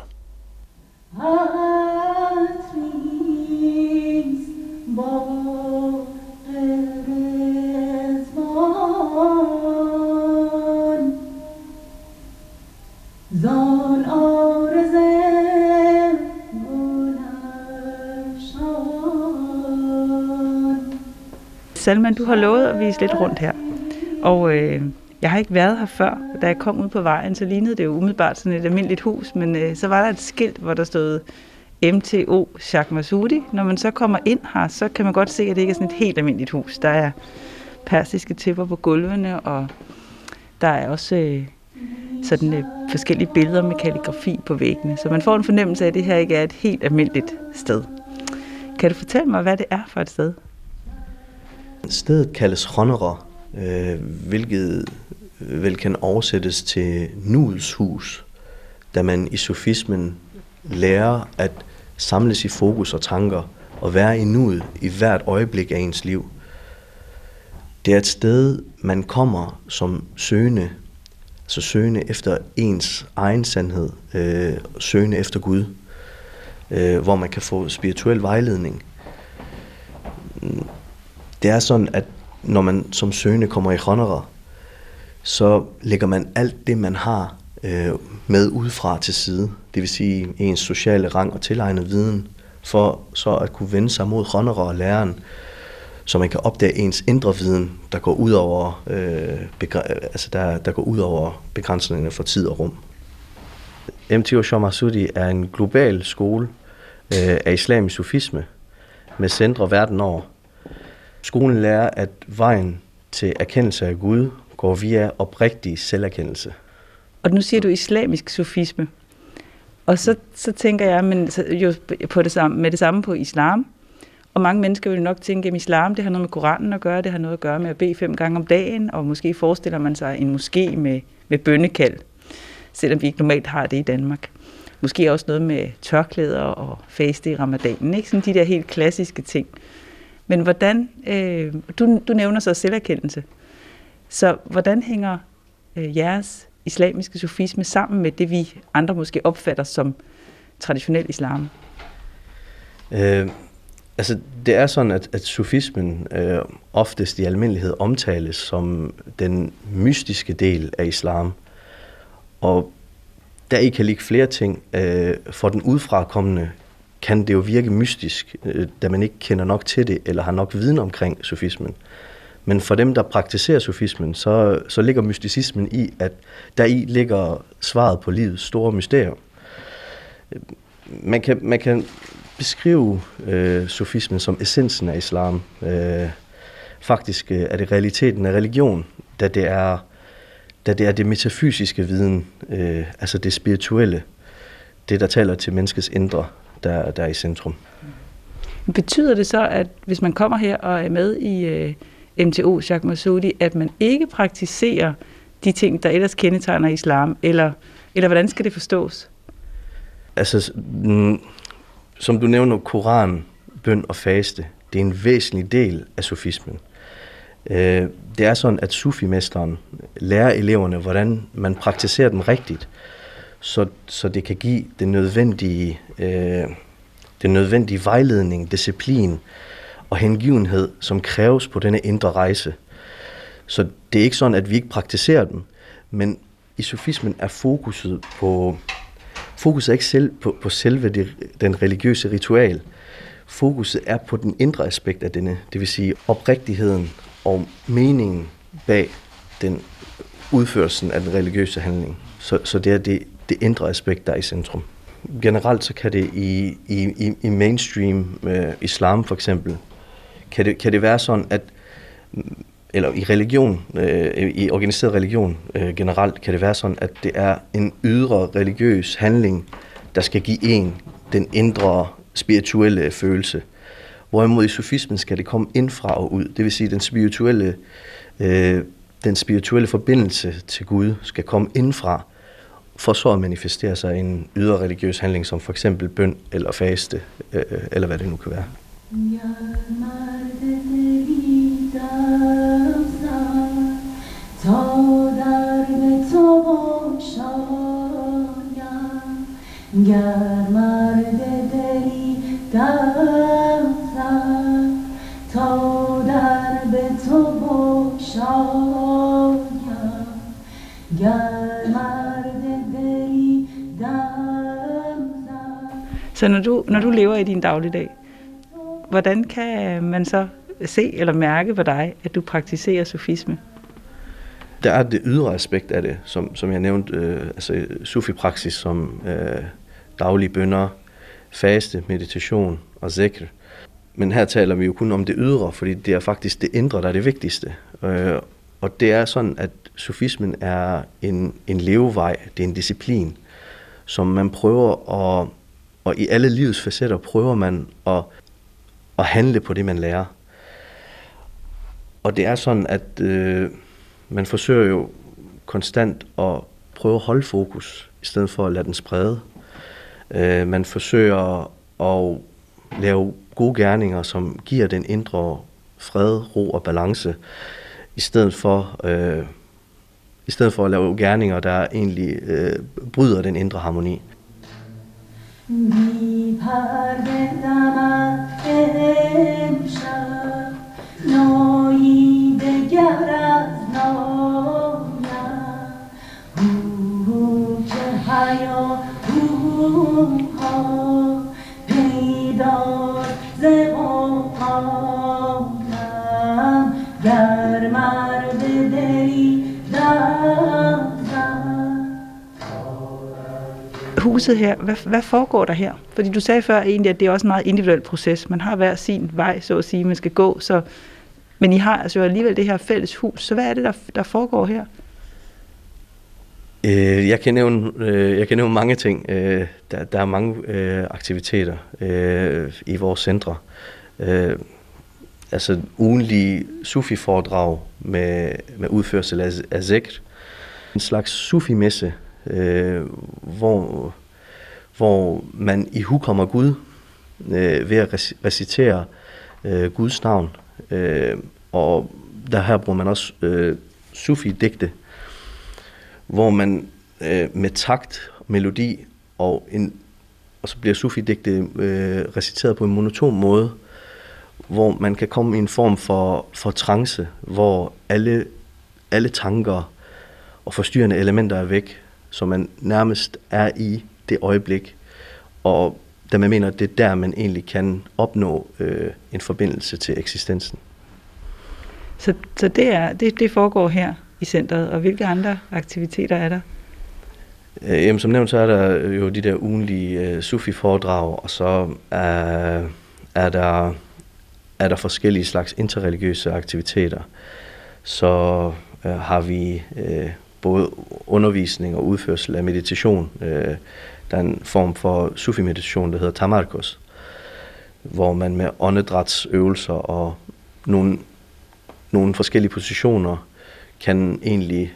Salman, du har lovet at vise lidt rundt her, og jeg har ikke været her før. Da jeg kom ud på vejen, så lignede det jo umiddelbart sådan et almindeligt hus, men så var der et skilt, hvor der stod MTO Sheikh Masudi. Når man så kommer ind her, så kan man godt se, at det ikke er sådan et helt almindeligt hus. Der er persiske tæpper på gulvene, og der er også sådan forskellige billeder med kalligrafi på væggene. Så man får en fornemmelse af, at det her ikke er et helt almindeligt sted. Kan du fortælle mig, hvad det er for et sted? Stedet kaldes Honora, hvilket vel kan oversættes til nuets hus, da man i sufismen lærer at samles i fokus og tanker og være i nuet i hvert øjeblik af ens liv. Det er et sted, man kommer som søgende, altså søgende efter ens egen sandhed, søgende efter Gud, hvor man kan få spirituel vejledning. Det er sådan, at når man som søgende kommer i Honora, så lægger man alt det, man har med udefra til side. Det vil sige ens sociale rang og tilegnet viden, for så at kunne vende sig mod Honora og læreren, så man kan opdage ens indre viden, der går ud over, der går ud over begrænsningerne for tid og rum. MTO Sheikh Masudi er en global skole af islamisk sufisme med centre verden over. Skolen lærer, at vejen til erkendelse af Gud går via oprigtig selverkendelse. Og nu siger du islamisk sufisme. Og så tænker jeg jo på det samme, med det samme på islam. Og mange mennesker vil nok tænke, at islam det har noget med Koranen at gøre, det har noget at gøre med at bede 5 gange om dagen, og måske forestiller man sig en moské med bønnekald, selvom vi ikke normalt har det i Danmark. Måske også noget med tørklæder og faste i ramadanen, ikke? Sådan de der helt klassiske ting. Men hvordan, du nævner så selverkendelse, så hvordan hænger jeres islamiske sufisme sammen med det, vi andre måske opfatter som traditionel islam? Altså, det er sådan, at sufismen oftest i almindelighed omtales som den mystiske del af islam. Og deri kan ligge flere ting. For den udefrakommende kan det jo virke mystisk, da man ikke kender nok til det, eller har nok viden omkring sufismen. Men for dem, der praktiserer sufismen, så ligger mysticismen i, at deri ligger svaret på livets store mysterium. Man kan beskrive sufismen som essensen af islam. Faktisk er det realiteten af religion, da det er det metafysiske viden, altså det spirituelle, det der taler til menneskets indre, der er i centrum. Betyder det så, at hvis man kommer her og er med i MTO Sheikh Massoudi, at man ikke praktiserer de ting, der ellers kendetegner islam, eller hvordan skal det forstås? Altså, som du nævner, Koran, bøn og faste, det er en væsentlig del af sufismen. Det er sådan, at sufimesteren lærer eleverne, hvordan man praktiserer dem rigtigt, så det kan give den nødvendige vejledning, disciplin og hengivenhed, som kræves på denne indre rejse. Så det er ikke sådan, at vi ikke praktiserer dem, men i sufismen er fokuset er ikke selv på selve den religiøse ritual. Fokuset er på den indre aspekt af denne, det vil sige oprigtigheden og meningen bag den udførelsen af den religiøse handling. Så det er det indre aspekt, der er i centrum. Generelt så kan det i mainstream islam for eksempel, kan det være sådan, at eller i religion, i organiseret religion generelt, kan det være sådan, at det er en ydre religiøs handling, der skal give den indre spirituelle følelse. Hvorimod i sufismen skal det komme indfra og ud. Det vil sige, den spirituelle forbindelse til Gud skal komme indfra, for så at manifestere sig i en ydre religiøs handling, som for eksempel bøn eller faste, eller hvad det nu kan være. Så når du lever i din dagligdag, hvordan kan man så se eller mærke på dig, at du praktiserer sufisme? Der er det ydre aspekt af det, som jeg nævnte, altså sufi-praksis som daglige bønner, faste, meditation og zikr. Men her taler vi jo kun om det ydre, fordi det er faktisk det indre, der er det vigtigste. Og det er sådan, at sufismen er en levevej, det er en disciplin, som man prøver og i alle livets facetter prøver man at handle på det, man lærer. Og det er sådan, at man forsøger jo konstant at prøve at holde fokus, i stedet for at lade den sprede. Man forsøger at lave gode gerninger, som giver den indre fred, ro og balance, i stedet for at lave gerninger, der egentlig bryder den indre harmoni. Huset her, hvad foregår der her? Fordi du sagde før egentlig, at det er også en meget individuel proces. Man har hver sin vej, så at sige, man skal gå. Men I har altså alligevel det her fælles hus. Så hvad er det, der foregår her? Jeg kan nævne mange ting. Der er mange aktiviteter i vores centre. Altså ugenlige sufi-foredrag med udførsel af zikr. En slags sufi-messe, hvor man ihukommer Gud ved at recitere Guds navn. Og her bruger man også sufi-digte, hvor man med takt, melodi og så bliver sufi-digte reciteret på en monoton måde, hvor man kan komme i en form for trance, hvor alle tanker og forstyrrende elementer er væk, så man nærmest er i det øjeblik, og der man mener, at det er der, man egentlig kan opnå en forbindelse til eksistensen. Så det foregår her i centret, og hvilke andre aktiviteter er der? Jamen, som nævnt, så er der jo de der ugenlige sufi-foredrag, og så er der forskellige slags interreligiøse aktiviteter. Så har vi både undervisning og udførsel af meditation. Der er en form for sufi-meditation, der hedder tamarkos, hvor man med åndedrætsøvelser og nogle forskellige positioner kan egentlig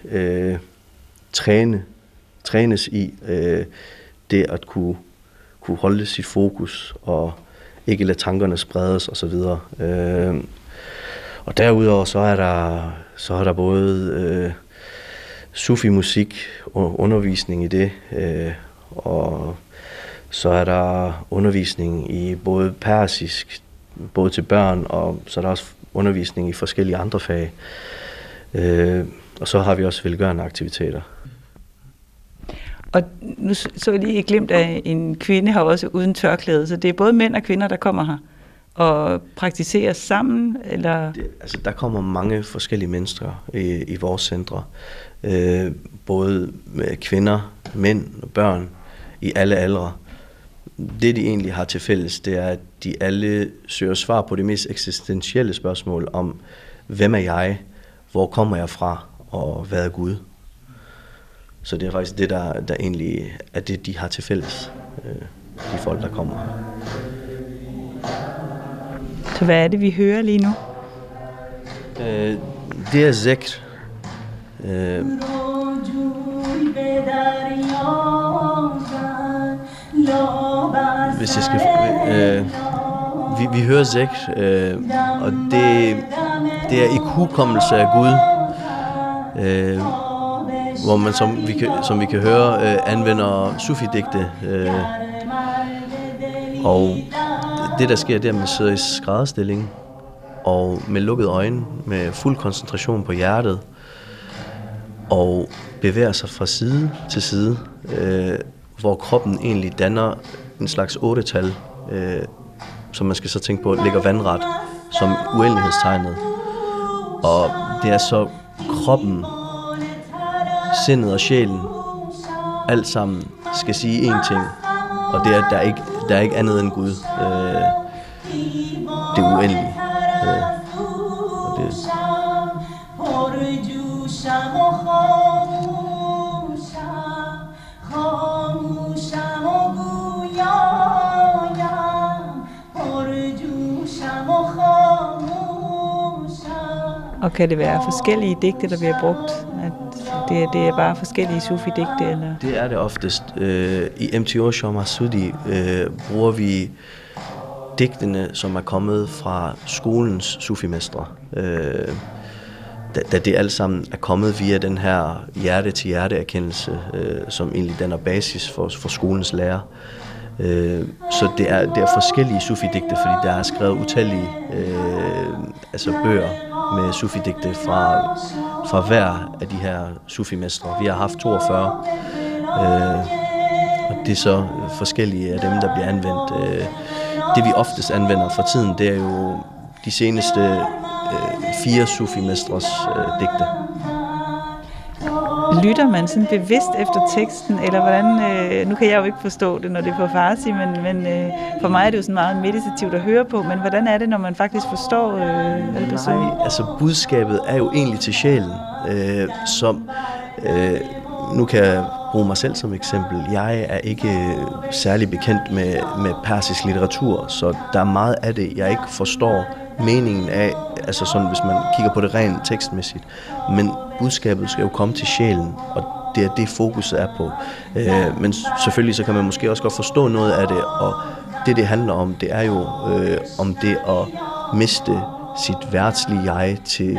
trænes i det at kunne holde sit fokus og ikke lade tankerne spredes osv. Og derudover så er der både sufi-musik og undervisning i det, og så er der undervisning i både persisk, både til børn, og så er der også undervisning i forskellige andre fag. Og så har vi også velgørende aktiviteter. Og nu så jeg lige glemt, at en kvinde har også uden tørklæde, så det er både mænd og kvinder, der kommer her og praktiserer sammen, eller? Der kommer mange forskellige mennesker i vores centre. Både kvinder, mænd og børn i alle aldre. Det, de egentlig har til fælles, det er, at de alle søger svar på det mest eksistentielle spørgsmål om, hvem er jeg, hvor kommer jeg fra, og hvad er Gud? Så det er faktisk det, der egentlig er det, de har til fælles, de folk, der kommer her. Så hvad er det, vi hører lige nu? Det er zikr. Hvis jeg skal... vi hører zikr, og det er ikukommelse af Gud, hvor man, som vi kan høre, anvender sufi-digte. Og det, der sker, det er, at man sidder i skrædderstilling og med lukkede øjne, med fuld koncentration på hjertet, og bevæger sig fra side til side, hvor kroppen egentlig danner en slags 8-tal, som man skal så tænke på, ligger vandret som uendelighedstegnet. Og det er så kroppen, sindet og sjælen, alt sammen skal sige én ting, og det er, at der er ikke andet end Gud. Det er uendelige. Og det Og kan det være forskellige digte, der bliver brugt? At det er bare forskellige sufi-digte? Eller? Det er det oftest. I MTO Shah Masudi bruger vi digtene, som er kommet fra skolens sufimestre. Da det alt sammen er kommet via den her hjerte-til-hjerte-erkendelse, som egentlig danner basis for skolens lærer. Så det er forskellige sufi-digte, fordi der er skrevet utallige bøger med sufi-digte fra hver af de her sufimestre. Vi har haft 42, og det er så forskellige af dem, der bliver anvendt. Det vi oftest anvender for tiden, det er jo de seneste 4 sufimestres digte. Lytter man sådan bevidst efter teksten, eller hvordan, nu kan jeg jo ikke forstå det, når det er på farsi, men for mig er det jo sådan meget meditativt at høre på, men hvordan er det, når man faktisk forstår hvad det Nej, altså budskabet er jo egentlig til sjælen, som nu kan jeg bruge mig selv som eksempel. Jeg er ikke særlig bekendt med persisk litteratur, så der er meget af det, jeg ikke forstår meningen af, altså sådan, hvis man kigger på det rent tekstmæssigt. Men budskabet skal jo komme til sjælen, og det er det, fokuset er på. Men selvfølgelig så kan man måske også godt forstå noget af det, og det handler om, det er jo om det at miste sit værtslige jeg til,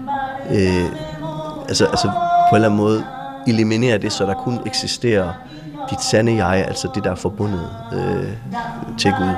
altså på en eller anden måde eliminere det, så der kun eksisterer dit sande jeg, altså det, der er forbundet til Gud.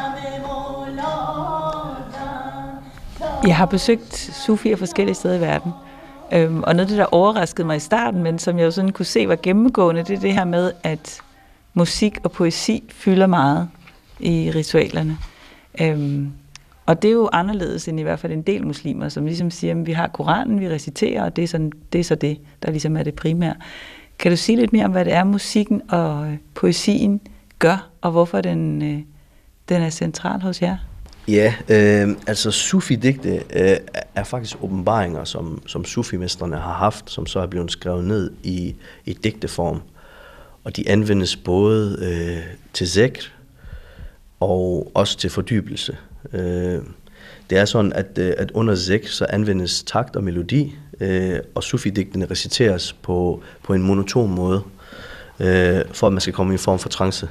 Jeg har besøgt sufier forskellige steder i verden, og noget af det, der overraskede mig i starten, men som jeg jo sådan kunne se var gennemgående, det er det her med, at musik og poesi fylder meget i ritualerne. Og det er jo anderledes end i hvert fald en del muslimer, som ligesom siger, at vi har Koranen, vi reciterer, og det er så det, der ligesom er det primære. Kan du sige lidt mere om, hvad det er, musikken og poesien gør, og hvorfor den er central hos jer? Ja, altså sufi-digte er faktisk åbenbaringer, som sufimestrene har haft, som så er blevet skrevet ned i digteform. Og de anvendes både til zikr og også til fordybelse. Det er sådan, at under zikr så anvendes takt og melodi, og sufi-digtene reciteres på en monoton måde, for at man skal komme i en form for trance.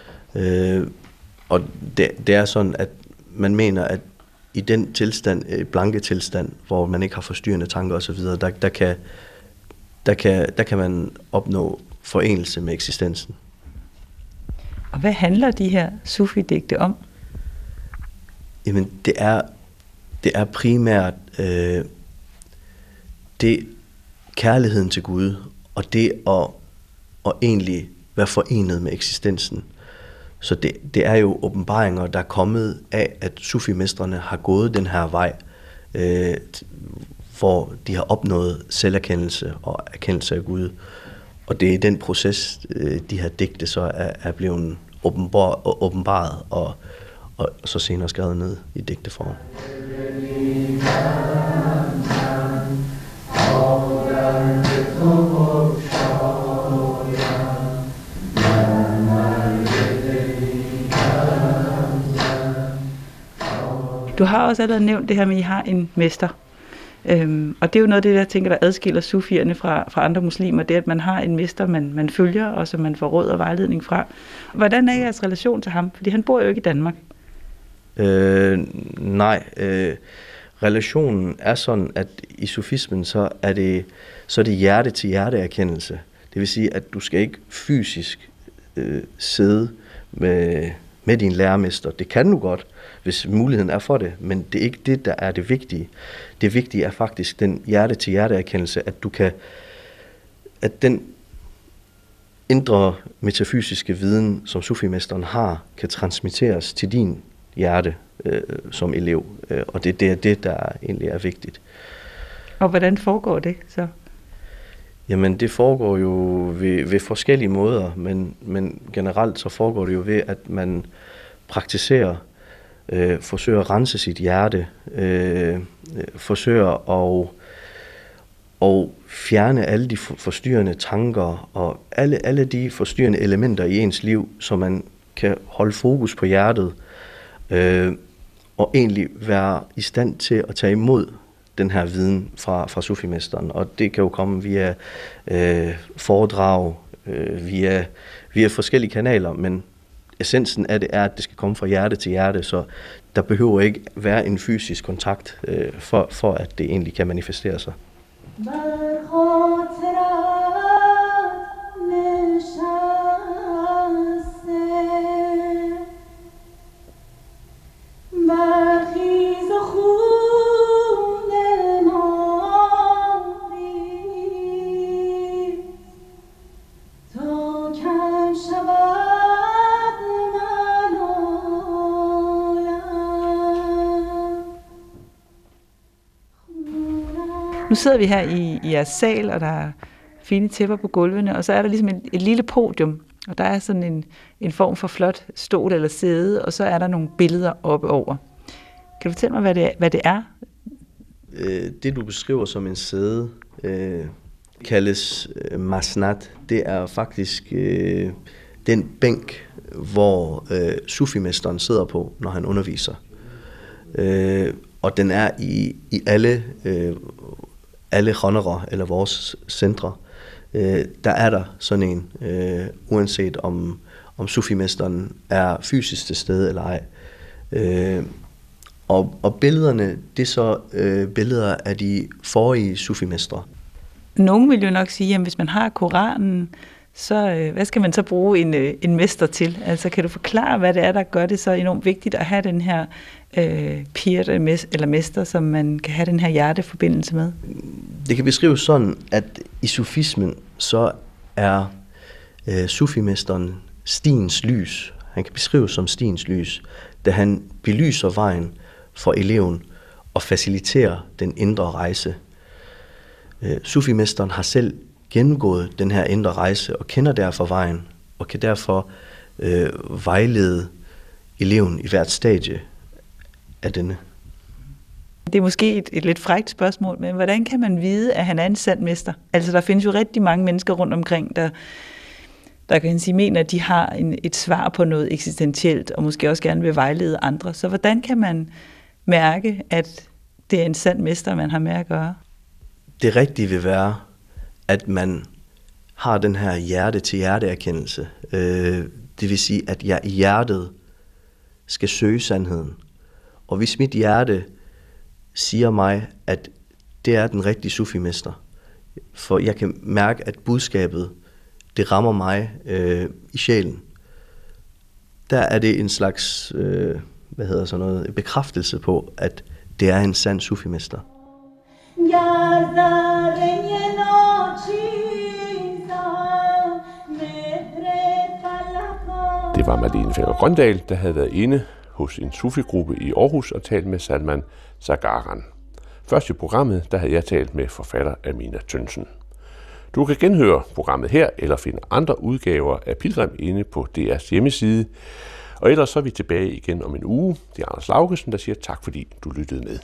Og det er sådan, at man mener, at i den tilstand, blanke tilstand, hvor man ikke har forstyrrende tanker osv., der kan man opnå forenelse med eksistensen. Og hvad handler de her sufi-digte om? Jamen, det er primært det kærligheden til Gud, og det at egentlig være forenet med eksistensen. Så det er jo åbenbaringer, der er kommet af, at sufimestrene har gået den her vej, hvor de har opnået selverkendelse og erkendelse af Gud. Og det er i den proces, de her digte så er blevet åbenbaret og så senere skrevet ned i digteform. Du har også allerede nævnt det her med, at I har en mester. Og det er jo noget af det, jeg tænker, der adskiller sufierne fra andre muslimer, det er, at man har en mester, man følger, og som man får råd og vejledning fra. Hvordan er jeres relation til ham? Fordi han bor jo ikke i Danmark. Nej. Relationen er sådan, at i sufismen, så er det hjerte-til-hjerte erkendelse. Det vil sige, at du skal ikke fysisk sidde med din lærermester. Det kan du godt, hvis muligheden er for det, men det er ikke det, der er det vigtige. Det vigtige er faktisk den hjerte-til-hjerte erkendelse, at den indre metafysiske viden, som sufimesteren har, kan transmitteres til din hjerte som elev. Og det er det, der egentlig er vigtigt. Og hvordan foregår det så? Jamen, det foregår jo ved forskellige måder, men generelt så foregår det jo ved, at man praktiserer, forsøger at rense sit hjerte, forsøger at fjerne alle de forstyrrende tanker og alle de forstyrrende elementer i ens liv, så man kan holde fokus på hjertet, og egentlig være i stand til at tage imod den her viden fra sufimesteren. Og det kan jo komme via foredrag, via forskellige kanaler, men essensen af det er, at det skal komme fra hjerte til hjerte, så der behøver ikke være en fysisk kontakt, for at det egentlig kan manifestere sig. Nu sidder vi her i jeres sal, og der er fine tæpper på gulvene, og så er der ligesom et lille podium, og der er sådan en form for flot stol eller sæde, og så er der nogle billeder oppe over. Kan du fortælle mig, hvad det er? Det, du beskriver som en sæde, kaldes masnad. Det er faktisk den bænk, hvor sufimesteren sidder på, når han underviser. Og den er i alle khanere, eller vores centre. Der er der sådan en, uanset om sufimesteren er fysisk til stede eller ej. Og billederne, det er så billeder af de forrige sufimestre. Nogen vil jo nok sige, at hvis man har Koranen, så hvad skal man så bruge en mester til? Altså kan du forklare, hvad det er, der gør det så enormt vigtigt at have den her pir eller mester, som man kan have den her hjerteforbindelse med? Det kan beskrives sådan, at i sufismen så er sufimesteren stiens lys. Han kan beskrives som stiens lys, da han belyser vejen for eleven og faciliterer den indre rejse. Sufimesteren har selv gennemgået den her indre rejse og kender derfor vejen og kan derfor vejlede eleven i hvert stadie af denne. Det er måske et lidt frækt spørgsmål, men hvordan kan man vide, at han er en sand mester? Altså der findes jo rigtig mange mennesker rundt omkring, der kan sige, mener, at de har et svar på noget eksistentielt, og måske også gerne vil vejlede andre. Så hvordan kan man mærke, at det er en sand mester, man har med at gøre? Det rigtige vil være, at man har den her hjerte-til-hjerte-erkendelse. Det vil sige, at jeg i hjertet skal søge sandheden. Og hvis mit hjerte siger mig, at det er den rigtige sufimester, for jeg kan mærke, at budskabet, det rammer mig i sjælen, der er det en slags bekræftelse på, at det er en sand sufimester. Det var Malene Fenger Grøndal, der havde været inde hos en sufigruppe i Aarhus og talt med Salman Zagaran. Først i programmet, der havde jeg talt med forfatter Amina Tønnesen. Du kan genhøre programmet her, eller finde andre udgaver af Pilgrim inde på DR's hjemmeside. Og ellers så er vi tilbage igen om en uge. Det er Anders Laugesen, der siger tak, fordi du lyttede med.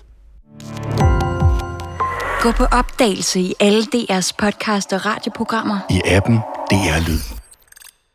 Gå på opdagelse i alle DR's podcast og radioprogrammer. I appen DR Lyd.